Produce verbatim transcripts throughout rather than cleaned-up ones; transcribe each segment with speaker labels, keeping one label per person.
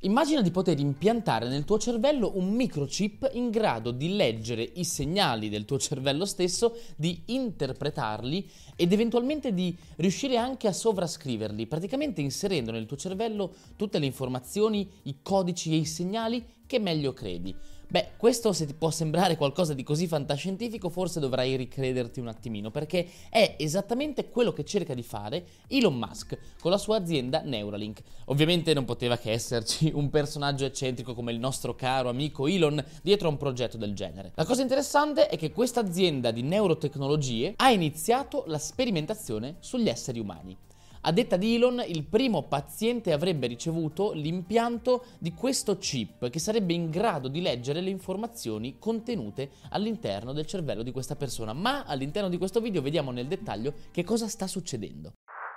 Speaker 1: Immagina di poter impiantare nel tuo cervello un microchip in grado di leggere i segnali del tuo cervello stesso, di interpretarli ed eventualmente di riuscire anche a sovrascriverli, praticamente inserendo nel tuo cervello tutte le informazioni, i codici e i segnali che meglio credi. Beh, questo, se ti può sembrare qualcosa di così fantascientifico, forse dovrai ricrederti un attimino, perché è esattamente quello che cerca di fare Elon Musk con la sua azienda Neuralink. Ovviamente non poteva che esserci un personaggio eccentrico come il nostro caro amico Elon dietro a un progetto del genere. La cosa interessante è che questa azienda di neurotecnologie ha iniziato la sperimentazione sugli esseri umani. A detta di Elon, il primo paziente avrebbe ricevuto l'impianto di questo chip che sarebbe in grado di leggere le informazioni contenute all'interno del cervello di questa persona. Ma all'interno di questo video vediamo nel dettaglio che cosa sta succedendo.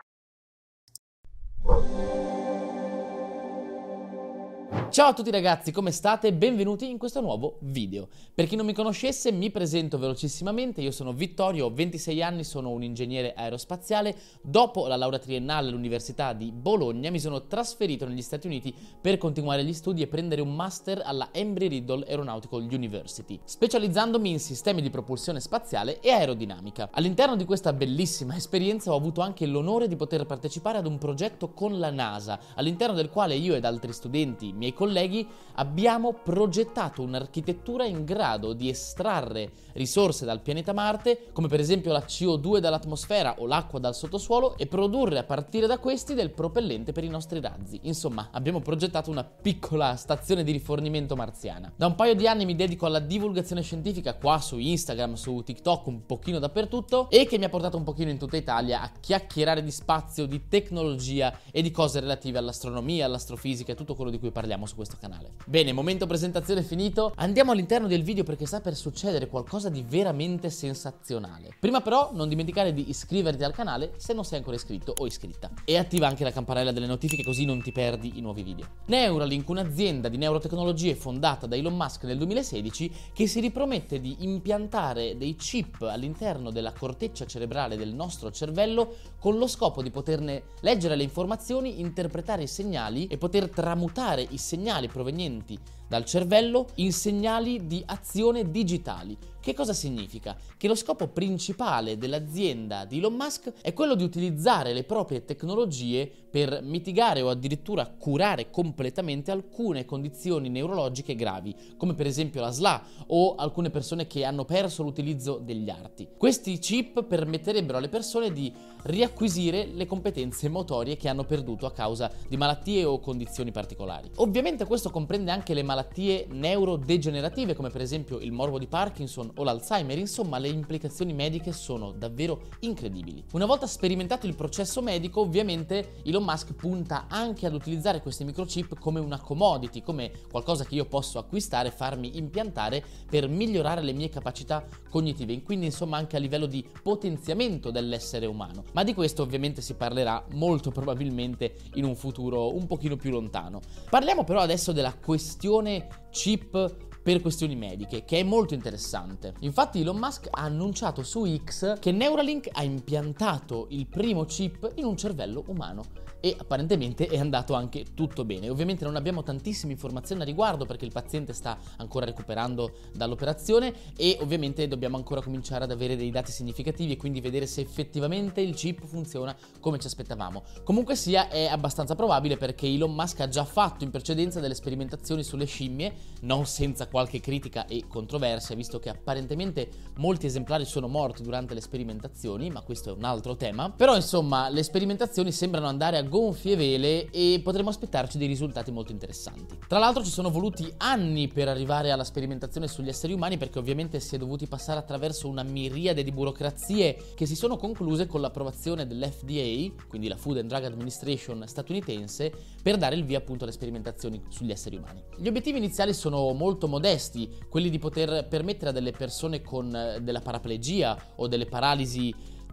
Speaker 1: Ciao a tutti ragazzi, come state? Benvenuti in questo nuovo video. Per chi non mi conoscesse, mi presento velocissimamente. Io sono Vittorio, ho ventisei anni, sono un ingegnere aerospaziale. Dopo la laurea triennale all'Università di Bologna mi sono trasferito negli Stati Uniti per continuare gli studi e prendere un master alla Embry-Riddle Aeronautical University, specializzandomi in sistemi di propulsione spaziale e aerodinamica. All'interno di questa bellissima esperienza ho avuto anche l'onore di poter partecipare ad un progetto con la NASA, all'interno del quale io ed altri studenti, miei colleghi, abbiamo progettato un'architettura in grado di estrarre risorse dal pianeta Marte, come per esempio la C O due dall'atmosfera o l'acqua dal sottosuolo, e produrre a partire da questi del propellente per i nostri razzi. Insomma, abbiamo progettato una piccola stazione di rifornimento marziana. Da un paio di anni mi dedico alla divulgazione scientifica qua su Instagram, su TikTok, un pochino dappertutto, e che mi ha portato un pochino in tutta Italia a chiacchierare di spazio, di tecnologia e di cose relative all'astronomia, all'astrofisica e tutto quello di cui parliamo su questo canale. Bene, momento presentazione finito, andiamo all'interno del video perché sta per succedere qualcosa di veramente sensazionale. Prima però non dimenticare di iscriverti al canale se non sei ancora iscritto o iscritta, e attiva anche la campanella delle notifiche così non ti perdi i nuovi video. Neuralink, un'azienda di neurotecnologie fondata da Elon Musk nel duemilasedici, che si ripromette di impiantare dei chip all'interno della corteccia cerebrale del nostro cervello con lo scopo di poterne leggere le informazioni, interpretare i segnali e poter tramutare i segnali provenienti dal cervello in segnali di azione digitali. Che cosa significa? Che lo scopo principale dell'azienda di Elon Musk è quello di utilizzare le proprie tecnologie per mitigare o addirittura curare completamente alcune condizioni neurologiche gravi, come per esempio la S L A o alcune persone che hanno perso l'utilizzo degli arti. Questi chip permetterebbero alle persone di riacquisire le competenze motorie che hanno perduto a causa di malattie o condizioni particolari. Ovviamente questo comprende anche le malattie neurodegenerative, come per esempio il morbo di Parkinson o l'Alzheimer. Insomma, le implicazioni mediche sono davvero incredibili. Una volta sperimentato il processo medico, ovviamente Elon Musk punta anche ad utilizzare questi microchip come una commodity, come qualcosa che io posso acquistare, farmi impiantare per migliorare le mie capacità cognitive, quindi insomma anche a livello di potenziamento dell'essere umano. Ma di questo ovviamente si parlerà molto probabilmente in un futuro un pochino più lontano. Parliamo però adesso della questione chip per questioni mediche, che è molto interessante. Infatti Elon Musk ha annunciato su X che Neuralink ha impiantato il primo chip in un cervello umano e apparentemente è andato anche tutto bene. Ovviamente non abbiamo tantissime informazioni a riguardo perché il paziente sta ancora recuperando dall'operazione e ovviamente dobbiamo ancora cominciare ad avere dei dati significativi e quindi vedere se effettivamente il chip funziona come ci aspettavamo. Comunque sia, è abbastanza probabile perché Elon Musk ha già fatto in precedenza delle sperimentazioni sulle scimmie, non senza qualche critica e controversia, visto che apparentemente molti esemplari sono morti durante le sperimentazioni, ma questo è un altro tema. Però insomma le sperimentazioni sembrano andare a gonfie vele e potremo aspettarci dei risultati molto interessanti. Tra l'altro ci sono voluti anni per arrivare alla sperimentazione sugli esseri umani, perché ovviamente si è dovuti passare attraverso una miriade di burocrazie che si sono concluse con l'approvazione dell'F D A, quindi la Food and Drug Administration statunitense, per dare il via appunto alle sperimentazioni sugli esseri umani. Gli obiettivi iniziali sono molto modesti, quelli di poter permettere a delle persone con della paraplegia o delle paralisi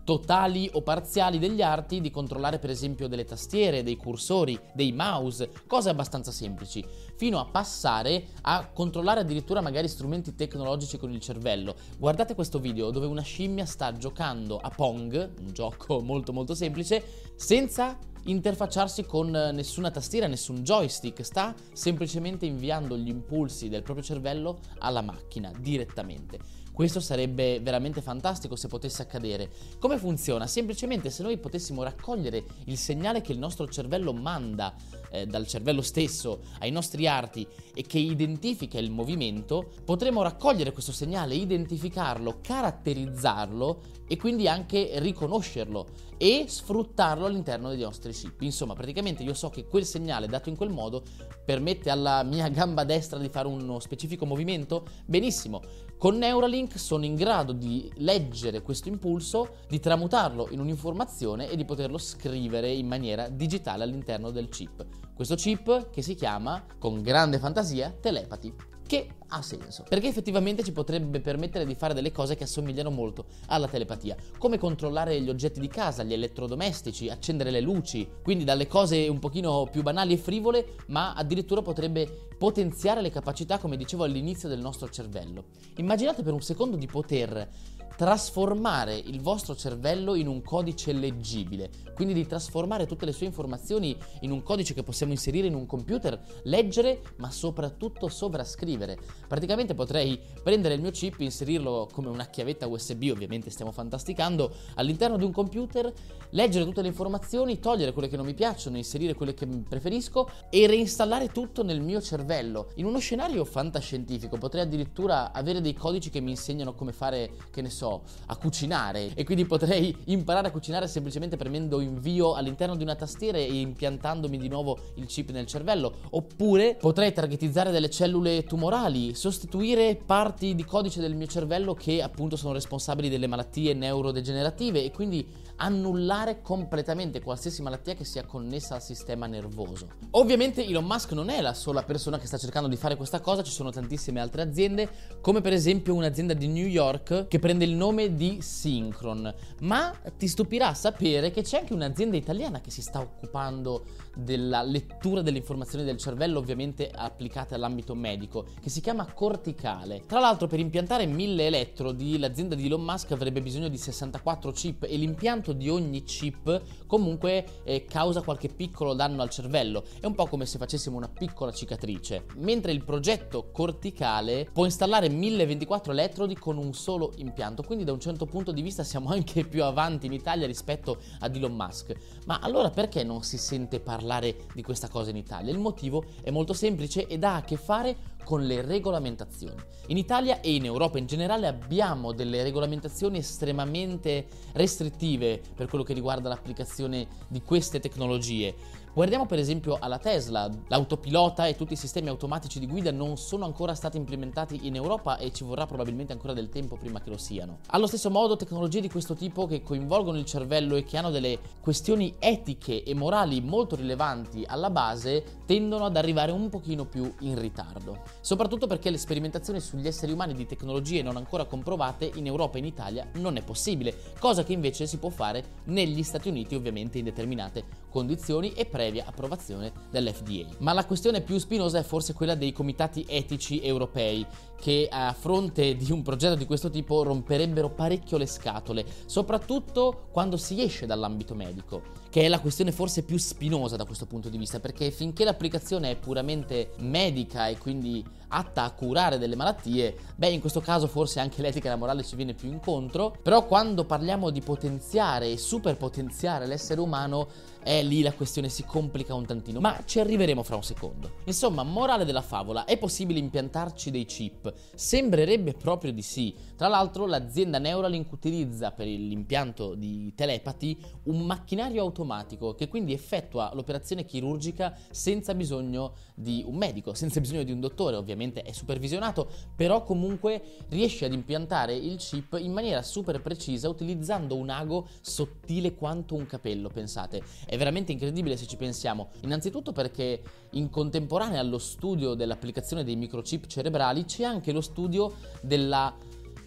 Speaker 1: totali o parziali degli arti di controllare per esempio delle tastiere, dei cursori, dei mouse, cose abbastanza semplici, fino a passare a controllare addirittura magari strumenti tecnologici con il cervello. Guardate questo video dove una scimmia sta giocando a Pong, un gioco molto molto semplice, senza interfacciarsi con nessuna tastiera, nessun joystick, sta semplicemente inviando gli impulsi del proprio cervello alla macchina direttamente. Questo sarebbe veramente fantastico se potesse accadere. Come funziona? Semplicemente se noi potessimo raccogliere il segnale che il nostro cervello manda eh, dal cervello stesso ai nostri arti e che identifica il movimento, potremo raccogliere questo segnale, identificarlo, caratterizzarlo e quindi anche riconoscerlo e sfruttarlo all'interno dei nostri chip. Insomma, praticamente io so che quel segnale dato in quel modo permette alla mia gamba destra di fare uno specifico movimento. Benissimo, con Neuralink sono in grado di leggere questo impulso, di tramutarlo in un'informazione e di poterlo scrivere in maniera digitale all'interno del chip. Questo chip che si chiama, con grande fantasia, Telepathy. Che ha senso, perché effettivamente ci potrebbe permettere di fare delle cose che assomigliano molto alla telepatia, come controllare gli oggetti di casa, gli elettrodomestici, accendere le luci, quindi dalle cose un pochino più banali e frivole, ma addirittura potrebbe potenziare le capacità, come dicevo all'inizio, del nostro cervello. Immaginate per un secondo di poter trasformare il vostro cervello in un codice leggibile, quindi di trasformare tutte le sue informazioni in un codice che possiamo inserire in un computer, leggere, ma soprattutto sovrascrivere. Praticamente potrei prendere il mio chip, inserirlo come una chiavetta U S B, ovviamente stiamo fantasticando, all'interno di un computer, leggere tutte le informazioni, togliere quelle che non mi piacciono, inserire quelle che preferisco e reinstallare tutto nel mio cervello. In uno scenario fantascientifico potrei addirittura avere dei codici che mi insegnano come fare, che ne so, a cucinare, e quindi potrei imparare a cucinare semplicemente premendo invio all'interno di una tastiera e impiantandomi di nuovo il chip nel cervello. Oppure potrei targetizzare delle cellule tumorali, sostituire parti di codice del mio cervello che appunto sono responsabili delle malattie neurodegenerative e quindi annullare completamente qualsiasi malattia che sia connessa al sistema nervoso. Ovviamente Elon Musk non è la sola persona che sta cercando di fare questa cosa, ci sono tantissime altre aziende, come per esempio un'azienda di New York che prende il nome di Synchron, ma ti stupirà sapere che c'è anche un'azienda italiana che si sta occupando della lettura delle informazioni del cervello, ovviamente applicate all'ambito medico, che si chiama Corticale. Tra l'altro, per impiantare mille elettrodi l'azienda di Elon Musk avrebbe bisogno di sessantaquattro chip e l'impianto di ogni chip comunque eh, causa qualche piccolo danno al cervello. È un po' come se facessimo una piccola cicatrice, mentre il progetto Corticale può installare mille ventiquattro elettrodi con un solo impianto, quindi da un certo punto di vista siamo anche più avanti in Italia rispetto ad Elon Musk. Ma allora perché non si sente parlare di questa cosa in Italia? Il motivo è molto semplice ed ha a che fare con le regolamentazioni. In Italia e in Europa in generale abbiamo delle regolamentazioni estremamente restrittive per quello che riguarda l'applicazione di queste tecnologie. Guardiamo per esempio alla Tesla, l'autopilota e tutti i sistemi automatici di guida non sono ancora stati implementati in Europa e ci vorrà probabilmente ancora del tempo prima che lo siano. Allo stesso modo, tecnologie di questo tipo che coinvolgono il cervello e che hanno delle questioni etiche e morali molto rilevanti alla base tendono ad arrivare un pochino più in ritardo, soprattutto perché le sperimentazioni sugli esseri umani di tecnologie non ancora comprovate in Europa e in Italia non è possibile, cosa che invece si può fare negli Stati Uniti, ovviamente in determinate condizioni e previa approvazione dell'F D A. Ma la questione più spinosa è forse quella dei comitati etici europei, che a fronte di un progetto di questo tipo romperebbero parecchio le scatole, soprattutto quando si esce dall'ambito medico, che è la questione forse più spinosa da questo punto di vista, perché finché l'applicazione è puramente medica e quindi atta a curare delle malattie, beh, in questo caso forse anche l'etica e la morale ci viene più incontro, però quando parliamo di potenziare e superpotenziare l'essere umano, è lì la questione si complica un tantino, ma ci arriveremo fra un secondo. Insomma, morale della favola, è possibile impiantarci dei chip? Sembrerebbe proprio di sì. Tra l'altro l'azienda Neuralink utilizza per l'impianto di Telepathy un macchinario automatico che quindi effettua l'operazione chirurgica senza bisogno di un medico, senza bisogno di un dottore, ovviamente è supervisionato, però comunque riesce ad impiantare il chip in maniera super precisa utilizzando un ago sottile quanto un capello, pensate. È veramente incredibile se ci pensiamo, innanzitutto perché in contemporanea allo studio dell'applicazione dei microchip cerebrali c'è anche lo studio della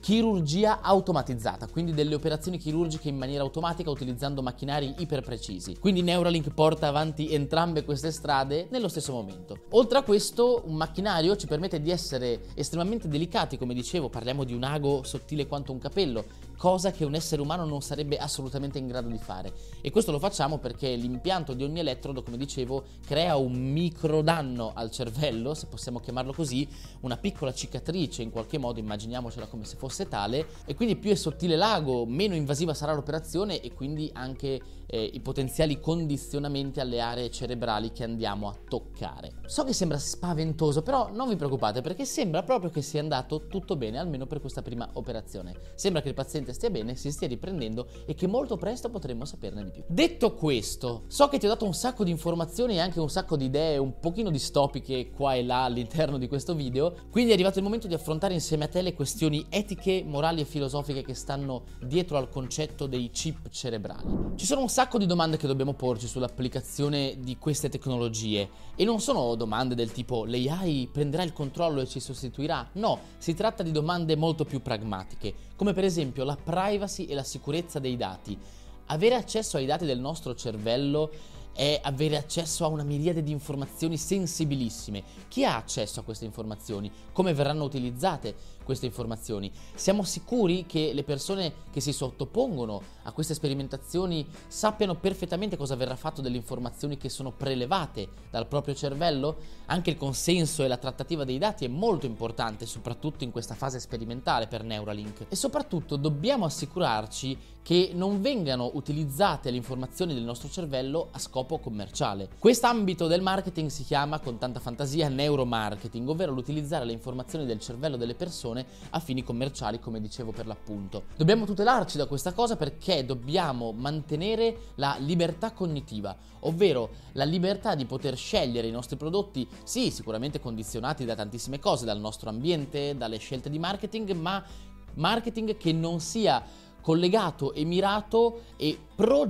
Speaker 1: chirurgia automatizzata, quindi delle operazioni chirurgiche in maniera automatica utilizzando macchinari iperprecisi. Quindi Neuralink porta avanti entrambe queste strade nello stesso momento. Oltre a questo, un macchinario ci permette di essere estremamente delicati, come dicevo, parliamo di un ago sottile quanto un capello, cosa che un essere umano non sarebbe assolutamente in grado di fare. E questo lo facciamo perché l'impianto di ogni elettrodo, come dicevo, crea un micro danno al cervello, se possiamo chiamarlo così, una piccola cicatrice in qualche modo, immaginiamocela come se fosse tale, e quindi più è sottile l'ago, meno invasiva sarà l'operazione e quindi anche eh, i potenziali condizionamenti alle aree cerebrali che andiamo a toccare. So che sembra spaventoso, però non vi preoccupate perché sembra proprio che sia andato tutto bene, almeno per questa prima operazione. Sembra che il paziente stia bene, si stia riprendendo e che molto presto potremo saperne di più. Detto questo, so che ti ho dato un sacco di informazioni e anche un sacco di idee un pochino distopiche qua e là all'interno di questo video, quindi è arrivato il momento di affrontare insieme a te le questioni etiche, morali e filosofiche che stanno dietro al concetto dei chip cerebrali. Ci sono un sacco di domande che dobbiamo porci sull'applicazione di queste tecnologie e non sono domande del tipo l'A I prenderà il controllo e ci sostituirà. No, si tratta di domande molto più pragmatiche, come per esempio la privacy e la sicurezza dei dati. Avere accesso ai dati del nostro cervello è avere accesso a una miriade di informazioni sensibilissime. Chi ha accesso a queste informazioni? Come verranno utilizzate queste informazioni? Siamo sicuri che le persone che si sottopongono a queste sperimentazioni sappiano perfettamente cosa verrà fatto delle informazioni che sono prelevate dal proprio cervello? Anche il consenso e la trattativa dei dati è molto importante, soprattutto in questa fase sperimentale per Neuralink. E soprattutto dobbiamo assicurarci che non vengano utilizzate le informazioni del nostro cervello a scopo commerciale. Quest'ambito del marketing si chiama, con tanta fantasia, neuromarketing, ovvero l'utilizzare le informazioni del cervello delle persone a fini commerciali, come dicevo per l'appunto. Dobbiamo tutelarci da questa cosa perché dobbiamo mantenere la libertà cognitiva, ovvero la libertà di poter scegliere i nostri prodotti, sì, sicuramente condizionati da tantissime cose, dal nostro ambiente, dalle scelte di marketing, ma marketing che non sia collegato e mirato e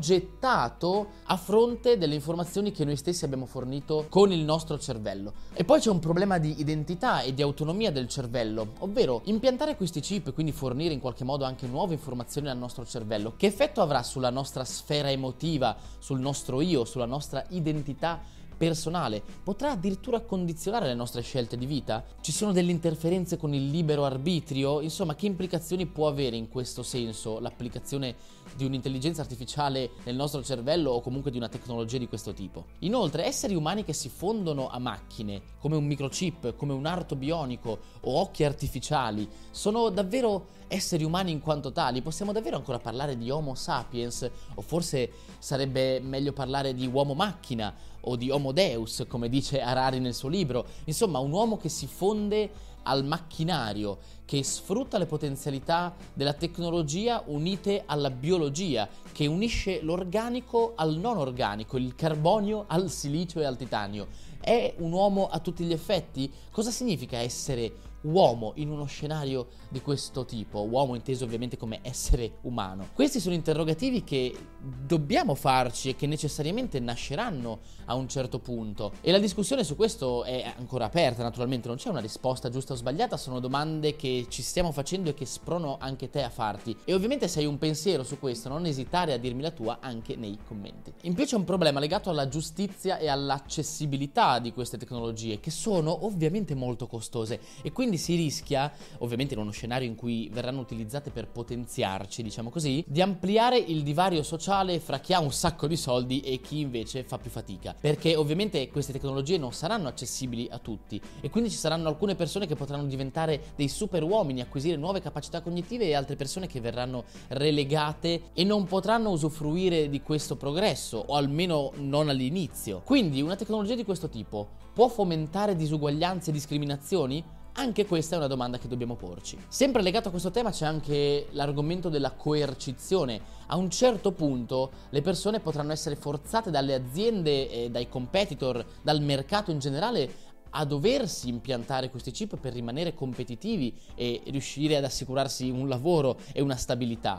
Speaker 1: progettato a fronte delle informazioni che noi stessi abbiamo fornito con il nostro cervello. E poi c'è un problema di identità e di autonomia del cervello, ovvero impiantare questi chip e quindi fornire in qualche modo anche nuove informazioni al nostro cervello. Che effetto avrà sulla nostra sfera emotiva, sul nostro io, sulla nostra identità personale? Potrà addirittura condizionare le nostre scelte di vita? Ci sono delle interferenze con il libero arbitrio? Insomma, che implicazioni può avere in questo senso l'applicazione di un'intelligenza artificiale nel nostro cervello o comunque di una tecnologia di questo tipo? Inoltre, esseri umani che si fondono a macchine, come un microchip, come un arto bionico o occhi artificiali, sono davvero esseri umani in quanto tali? Possiamo davvero ancora parlare di Homo sapiens? O forse sarebbe meglio parlare di uomo macchina o di Homo Deus, come dice Harari nel suo libro. Insomma, un uomo che si fonde al macchinario, che sfrutta le potenzialità della tecnologia unite alla biologia, che unisce l'organico al non organico, il carbonio al silicio e al titanio. È un uomo a tutti gli effetti? Cosa significa essere uomo in uno scenario di questo tipo? Uomo inteso ovviamente come essere umano. Questi sono interrogativi che dobbiamo farci e che necessariamente nasceranno a un certo punto, e la discussione su questo è ancora aperta. Naturalmente non c'è una risposta giusta o sbagliata, sono domande che ci stiamo facendo e che sprono anche te a farti, e ovviamente se hai un pensiero su questo non esitare a dirmi la tua anche nei commenti. In più c'è un problema legato alla giustizia e all'accessibilità di queste tecnologie, che sono ovviamente molto costose, e quindi si rischia, ovviamente in uno scenario in cui verranno utilizzate per potenziarci, diciamo così, di ampliare il divario sociale fra chi ha un sacco di soldi e chi invece fa più fatica, perché ovviamente queste tecnologie non saranno accessibili a tutti e quindi ci saranno alcune persone che potranno diventare dei super uomini, acquisire nuove capacità cognitive, e altre persone che verranno relegate e non potranno usufruire di questo progresso, o almeno non all'inizio. Quindi una tecnologia di questo tipo può fomentare disuguaglianze e discriminazioni? Anche questa è una domanda che dobbiamo porci. Sempre legato a questo tema c'è anche l'argomento della coercizione. A un certo punto le persone potranno essere forzate dalle aziende, e dai competitor, dal mercato in generale, a doversi impiantare questi chip per rimanere competitivi e riuscire ad assicurarsi un lavoro e una stabilità.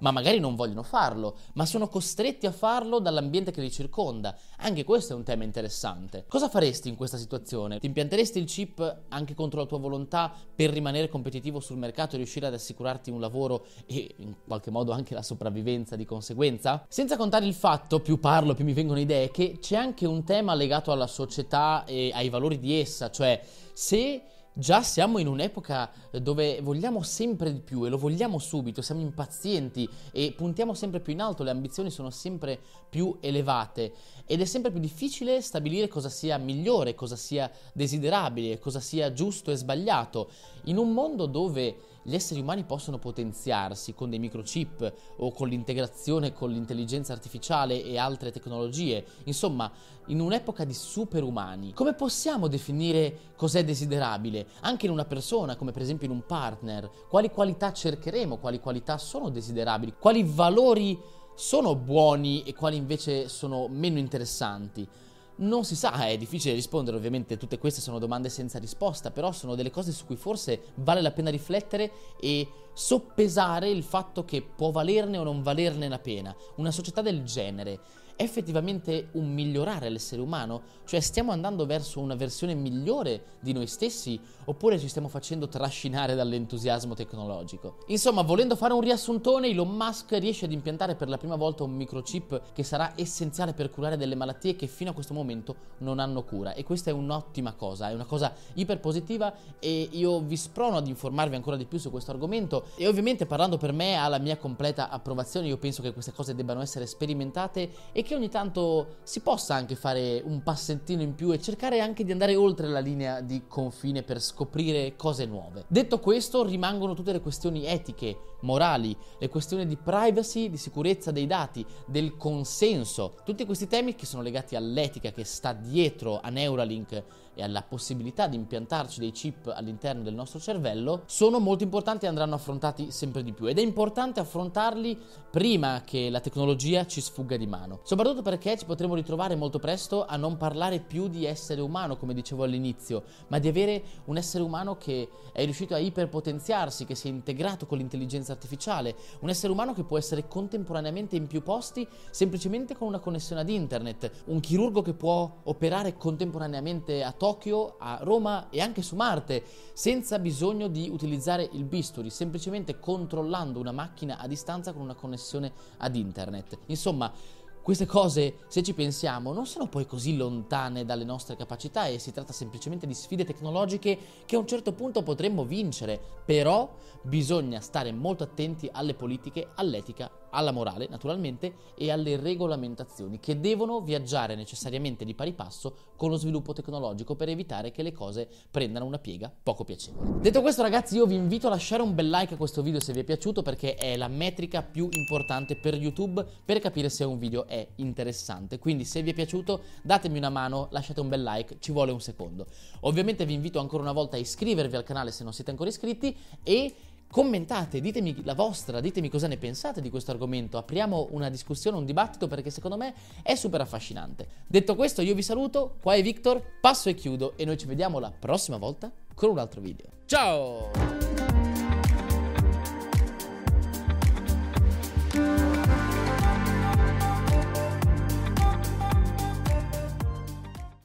Speaker 1: ma magari non vogliono farlo, ma sono costretti a farlo dall'ambiente che li circonda. Anche questo è un tema interessante. Cosa faresti in questa situazione? Ti impianteresti il chip anche contro la tua volontà per rimanere competitivo sul mercato e riuscire ad assicurarti un lavoro e in qualche modo anche la sopravvivenza di conseguenza? Senza contare il fatto, più parlo più mi vengono idee, che c'è anche un tema legato alla società e ai valori di essa, cioè se già siamo in un'epoca dove vogliamo sempre di più e lo vogliamo subito, siamo impazienti e puntiamo sempre più in alto, le ambizioni sono sempre più elevate ed è sempre più difficile stabilire cosa sia migliore, cosa sia desiderabile, cosa sia giusto e sbagliato. In un mondo dove gli esseri umani possono potenziarsi con dei microchip o con l'integrazione con l'intelligenza artificiale e altre tecnologie, insomma, in un'epoca di superumani, come possiamo definire cos'è desiderabile? Anche in una persona, come per esempio in un partner, quali qualità cercheremo, quali qualità sono desiderabili, quali valori sono buoni e quali invece sono meno interessanti? Non si sa, è difficile rispondere, ovviamente tutte queste sono domande senza risposta, però sono delle cose su cui forse vale la pena riflettere e soppesare il fatto che può valerne o non valerne la pena. Una società del genere è effettivamente un migliorare l'essere umano? Cioè stiamo andando verso una versione migliore di noi stessi oppure ci stiamo facendo trascinare dall'entusiasmo tecnologico? Insomma, volendo fare un riassuntone, Elon Musk riesce ad impiantare per la prima volta un microchip che sarà essenziale per curare delle malattie che fino a questo momento non hanno cura, e questa è un'ottima cosa, è una cosa iper positiva e io vi sprono ad informarvi ancora di più su questo argomento e ovviamente, parlando per me, ha la mia completa approvazione. Io penso che queste cose debbano essere sperimentate e che ogni tanto si possa anche fare un passettino in più e cercare anche di andare oltre la linea di confine per scoprire cose nuove. Detto questo, rimangono tutte le questioni etiche, morali, le questioni di privacy, di sicurezza dei dati, del consenso, tutti questi temi che sono legati all'etica che sta dietro a Neuralink e alla possibilità di impiantarci dei chip all'interno del nostro cervello sono molto importanti e andranno affrontati sempre di più, ed è importante affrontarli prima che la tecnologia ci sfugga di mano, soprattutto perché ci potremo ritrovare molto presto a non parlare più di essere umano, come dicevo all'inizio, ma di avere un essere umano che è riuscito a iperpotenziarsi, che si è integrato con l'intelligenza artificiale, un essere umano che può essere contemporaneamente in più posti semplicemente con una connessione ad internet, un chirurgo che può operare contemporaneamente a Tokyo, a Roma e anche su Marte, senza bisogno di utilizzare il bisturi, semplicemente controllando una macchina a distanza con una connessione ad internet. Insomma, queste cose, se ci pensiamo, non sono poi così lontane dalle nostre capacità e si tratta semplicemente di sfide tecnologiche che a un certo punto potremmo vincere, però bisogna stare molto attenti alle politiche, all'etica, alla morale naturalmente e alle regolamentazioni che devono viaggiare necessariamente di pari passo con lo sviluppo tecnologico per evitare che le cose prendano una piega poco piacevole. Detto questo, ragazzi, io vi invito a lasciare un bel like a questo video se vi è piaciuto, perché è la metrica più importante per YouTube per capire se un video è interessante. Quindi se vi è piaciuto datemi una mano, lasciate un bel like, ci vuole un secondo. Ovviamente vi invito ancora una volta a iscrivervi al canale se non siete ancora iscritti e commentate, ditemi la vostra, ditemi cosa ne pensate di questo argomento, apriamo una discussione, un dibattito, perché secondo me è super affascinante. Detto questo, io vi saluto, qua è Victor, passo e chiudo e noi ci vediamo la prossima volta con un altro video. Ciao!